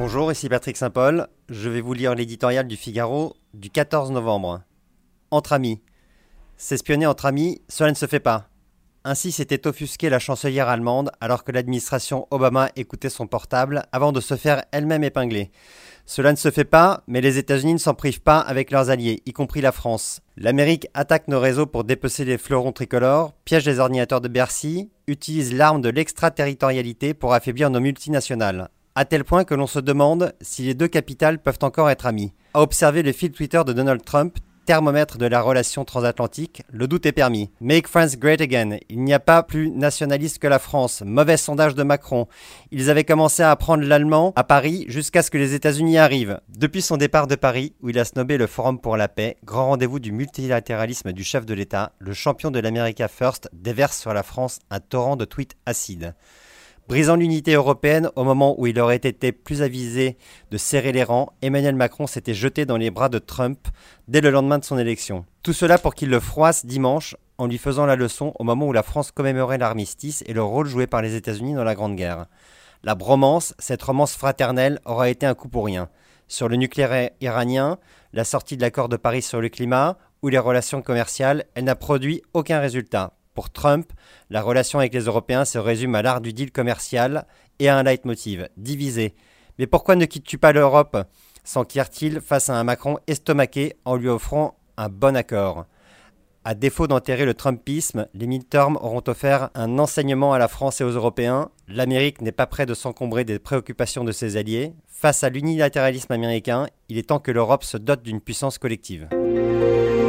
Bonjour, ici Patrick Saint-Paul. Je vais vous lire l'éditorial du Figaro du 14 novembre. Entre amis. S'espionner entre amis, cela ne se fait pas. Ainsi s'était offusquée la chancelière allemande alors que l'administration Obama écoutait son portable avant de se faire elle-même épingler. Cela ne se fait pas, mais les États-Unis ne s'en privent pas avec leurs alliés, y compris la France. L'Amérique attaque nos réseaux pour dépecer les fleurons tricolores, piège les ordinateurs de Bercy, utilise l'arme de l'extraterritorialité pour affaiblir nos multinationales. À tel point que l'on se demande si les deux capitales peuvent encore être amies. À observer le fil Twitter de Donald Trump, thermomètre de la relation transatlantique, le doute est permis. Make France great again. Il n'y a pas plus nationaliste que la France. Mauvais sondage de Macron. Ils avaient commencé à apprendre l'allemand à Paris jusqu'à ce que les États-Unis arrivent. Depuis son départ de Paris, où il a snobé le Forum pour la paix, grand rendez-vous du multilatéralisme du chef de l'État, le champion de l'America First déverse sur la France un torrent de tweets acides. Brisant l'unité européenne au moment où il aurait été plus avisé de serrer les rangs, Emmanuel Macron s'était jeté dans les bras de Trump dès le lendemain de son élection. Tout cela pour qu'il le froisse dimanche en lui faisant la leçon au moment où la France commémorait l'armistice et le rôle joué par les États-Unis dans la Grande Guerre. La bromance, cette romance fraternelle, aura été un coup pour rien. Sur le nucléaire iranien, la sortie de l'accord de Paris sur le climat ou les relations commerciales, elle n'a produit aucun résultat. Pour Trump, la relation avec les Européens se résume à l'art du deal commercial et à un leitmotiv, diviser. Mais pourquoi ne quittes-tu pas l'Europe s'enquiert-il face à un Macron estomaqué en lui offrant un bon accord. À défaut d'enterrer le Trumpisme, les midterms auront offert un enseignement à la France et aux Européens. L'Amérique n'est pas près de s'encombrer des préoccupations de ses alliés. Face à l'unilatéralisme américain, il est temps que l'Europe se dote d'une puissance collective.